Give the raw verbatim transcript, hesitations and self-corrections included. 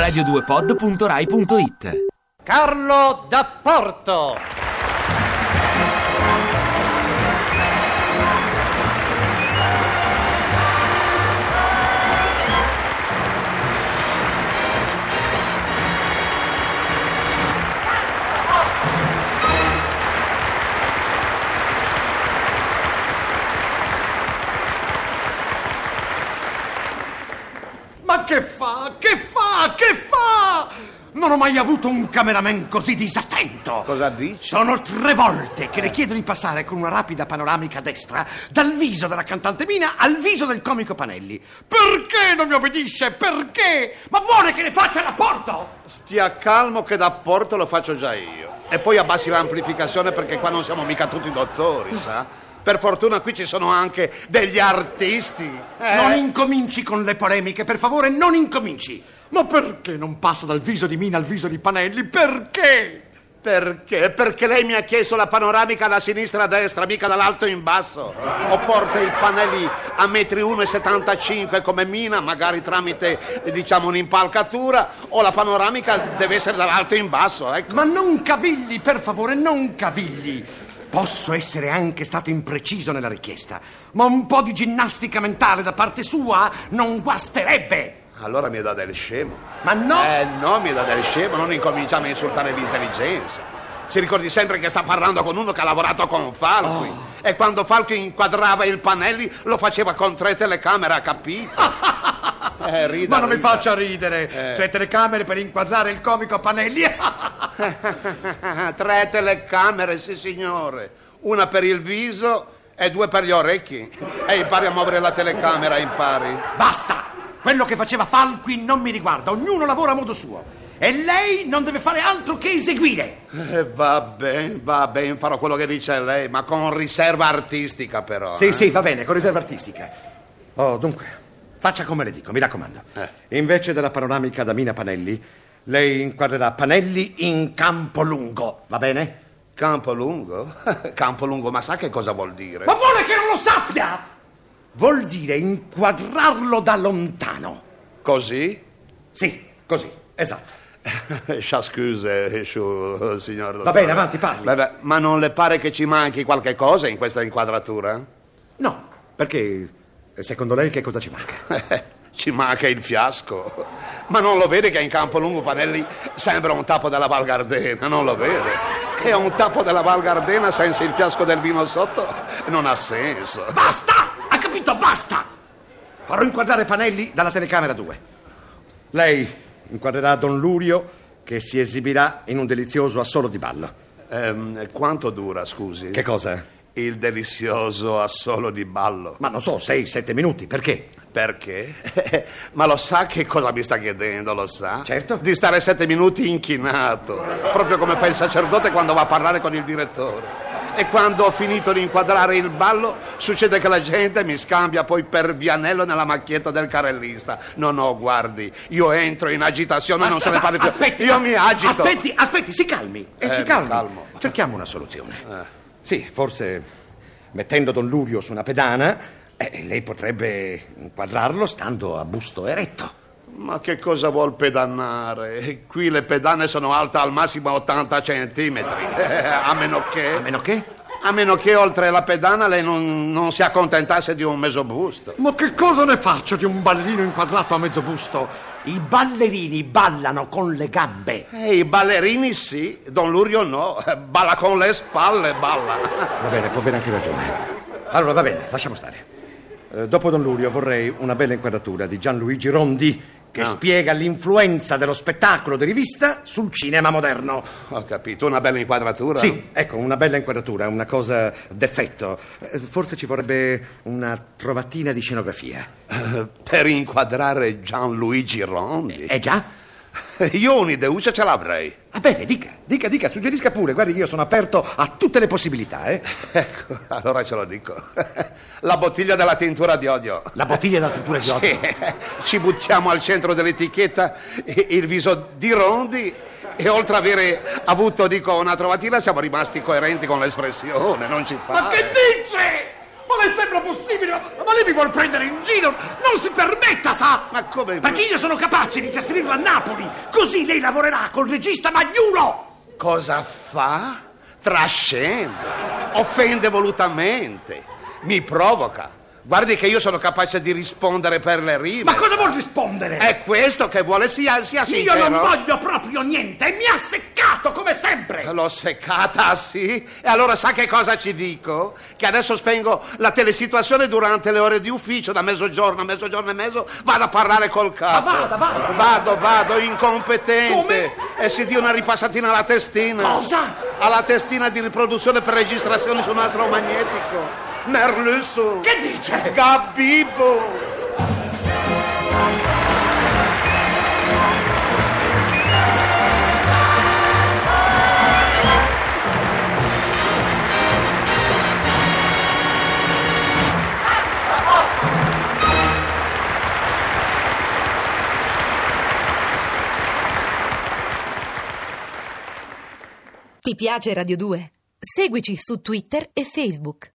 radio due pod punto rai punto it. Carlo D'Apporto. Ma che fa? Che fa? Che fa? Non ho mai avuto un cameraman così disattento. Cosa dici? Sono tre volte che le chiedo di passare con una rapida panoramica a destra dal viso della cantante Mina al viso del comico Panelli. Perché non mi obbedisce? Perché? Ma vuole che ne faccia il rapporto? Stia calmo che D'Apporto lo faccio già io. E poi abbassi l'amplificazione perché qua non siamo mica tutti dottori, sa? Per fortuna qui ci sono anche degli artisti. Eh? Non incominci con le polemiche, per favore, non incominci. Ma perché non passa dal viso di Mina al viso di Panelli? Perché? Perché? Perché lei mi ha chiesto la panoramica da sinistra a destra, mica dall'alto in basso. O porta il Panelli a metri uno e settantacinque come Mina, magari tramite, diciamo, un'impalcatura, o la panoramica deve essere dall'alto in basso, ecco. Ma non cavigli, per favore, non cavigli. Posso essere anche stato impreciso nella richiesta, ma un po' di ginnastica mentale da parte sua non guasterebbe. Allora mi dà del scemo. Ma no! Eh no, mi dà del scemo, non incominciamo a insultare l'intelligenza. Si ricordi sempre che sta parlando con uno che ha lavorato con Falqui. Oh. E quando Falqui inquadrava il Panelli lo faceva con tre telecamere, ha capito? eh, rida, Ma non rida. mi faccia ridere. Eh. Tre telecamere per inquadrare il comico Panelli. Tre telecamere, sì signore. Una per il viso e due per gli orecchi. E impari a muovere la telecamera, impari. Basta! Quello che faceva Falqui non mi riguarda. Ognuno lavora a modo suo. E lei non deve fare altro che eseguire. Eh, va bene, va bene, farò quello che dice lei, ma con riserva artistica però. Sì, eh? sì, va bene, con riserva artistica. Oh, dunque, faccia come le dico, mi raccomando. Eh. Invece della panoramica da Mina Panelli, lei inquadrerà Panelli in campo lungo, va bene? Campo lungo? Campo lungo, ma sa che cosa vuol dire? Ma vuole che non lo sappia? Vuol dire inquadrarlo da lontano. Così? Sì, così, esatto. Scuse, signor dottore. Va bene, avanti, parli. Vabbè, ma non le pare che ci manchi qualche cosa in questa inquadratura? No, perché secondo lei che cosa ci manca? Ci manca il fiasco. Ma non lo vede che in campo lungo Panelli sembra un tappo della Val Gardena, non lo vede? È un tappo della Val Gardena senza il fiasco del vino sotto, non ha senso. Basta! Ha capito? Basta! Farò inquadrare Panelli dalla telecamera due. Lei inquadrerà Don Lurio che si esibirà in un delizioso assolo di ballo. Ehm, quanto dura, scusi? Che cosa? Il delizioso assolo di ballo. Ma non so, sei, sette minuti, perché? Perché? Ma lo sa che cosa mi sta chiedendo, lo sa? Certo. Di stare sette minuti inchinato, proprio come fa il sacerdote quando va a parlare con il direttore. E quando ho finito di inquadrare il ballo, succede che la gente mi scambia poi per Vianello nella macchietta del carrellista. No, no, guardi, io entro in agitazione e non se ne parli più. Aspetti, io mi agito. Aspetti, aspetti, si calmi, e Eh, si calmi. calmo. Cerchiamo una soluzione. Eh. Sì, forse mettendo Don Lurio su una pedana, eh, lei potrebbe inquadrarlo stando a busto eretto. Ma che cosa vuol pedannare? Qui le pedane sono alte al massimo ottanta centimetri. Eh, a meno che... A meno che? A meno che oltre la pedana lei non, non si accontentasse di un mesobusto. Ma che cosa ne faccio di un ballerino inquadrato a mezzo busto? I ballerini ballano con le gambe. E i ballerini sì, Don Lurio no. Balla con le spalle, balla. Va bene, può avere anche ragione. Allora, va bene, lasciamo stare. Eh, dopo Don Lurio vorrei una bella inquadratura di Gianluigi Rondi che Ah. spiega l'influenza dello spettacolo di rivista sul cinema moderno. Ho capito, una bella inquadratura? Sì, ecco, una bella inquadratura, una cosa d'effetto. Eh, Forse ci vorrebbe una trovatina di scenografia. Eh, per inquadrare Gianluigi Rondi? Eh già? Io un'ideuccia ce l'avrei. Va bene, dica, dica, dica, suggerisca pure. Guardi che io sono aperto a tutte le possibilità, eh. Ecco, allora ce lo dico. La bottiglia della tintura di odio. La bottiglia della tintura di odio. Sì, ci buttiamo al centro dell'etichetta il viso di Rondi e oltre ad avere avuto, dico, una trovatina, siamo rimasti coerenti con l'espressione, non ci fa. Ma che dice? Ma Ma le sembra possibile? Ma, ma lei mi vuol prendere in giro? Non si permetta, sa? Ma come? Perché io sono capace di trasferirla a Napoli, così lei lavorerà col regista Magnulo. Cosa fa? Trascende, offende volutamente, mi provoca. Guardi che io sono capace di rispondere per le rime. Ma cosa vuol rispondere? È questo che vuole, sia, sia Io sincero. non voglio proprio niente, e mi ha seccato come sempre. L'ho seccata, ah, sì? E allora sa che cosa ci dico? Che adesso spengo la telesituazione durante le ore di ufficio, da mezzogiorno a mezzogiorno e mezzo, vado a parlare col capo. Ma vada, vada. Vado, vado, incompetente. Come? E si dia una ripassatina alla testina. Cosa? Alla testina di riproduzione per registrazioni su un altro magnetico. Merlusso. Che dice? Gabibbo. Ti piace Radio due? Seguici su Twitter e Facebook.